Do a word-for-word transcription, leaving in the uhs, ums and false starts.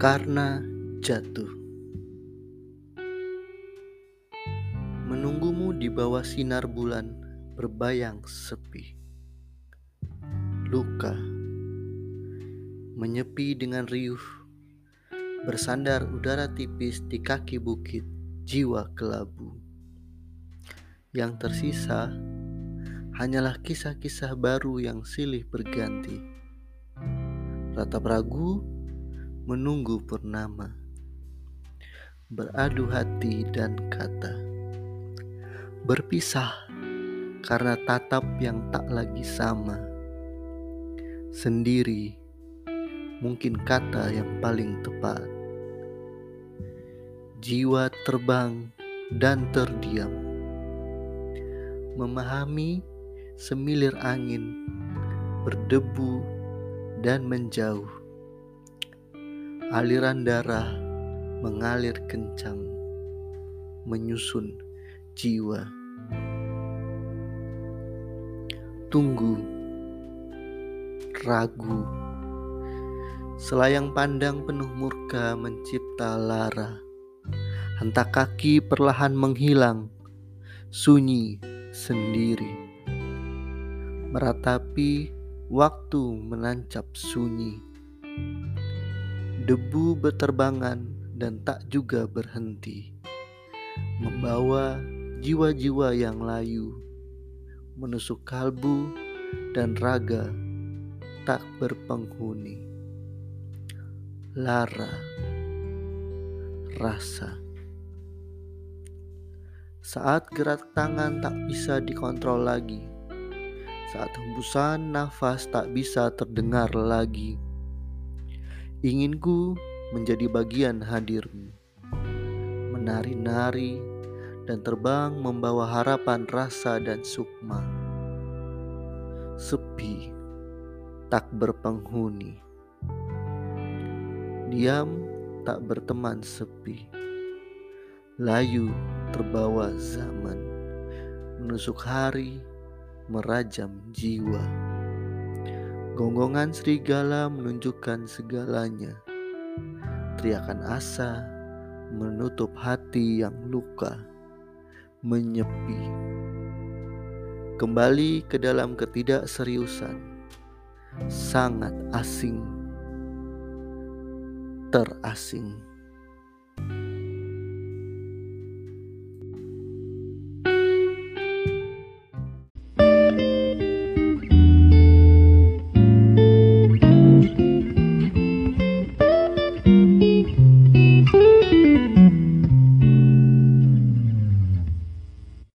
Karena jatuh. Menunggumu di bawah sinar bulan berbayang sepi. Luka menyepi dengan riuh, bersandar udara tipis di kaki bukit jiwa kelabu. Yang tersisa hanyalah kisah-kisah baru yang silih berganti. Ratap ragu menunggu purnama, beradu hati dan kata, berpisah karena tatap yang tak lagi sama. Sendiri mungkin kata yang paling tepat. Jiwa terbang dan terdiam, memahami semilir angin berdebu dan menjauh. Aliran darah mengalir kencang, menyusun jiwa. Tunggu, ragu, selayang pandang penuh murka mencipta lara. Hentak kaki perlahan menghilang, sunyi sendiri. Meratapi waktu menancap sunyi. Debu berterbangan dan tak juga berhenti, membawa jiwa-jiwa yang layu, menusuk kalbu dan raga tak berpenghuni. Lara, rasa. Saat gerak tangan tak bisa dikontrol lagi, saat hembusan nafas tak bisa terdengar lagi, inginku menjadi bagian hadirmu, menari-nari dan terbang membawa harapan, rasa dan sukma. Sepi, tak berpenghuni. Diam, tak berteman sepi. Layu terbawa zaman, menusuk hari, merajam jiwa. Gonggongan serigala menunjukkan segalanya. Teriakan asa menutup hati yang luka, menyepi. Kembali ke dalam ketidakseriusan, sangat asing, terasing.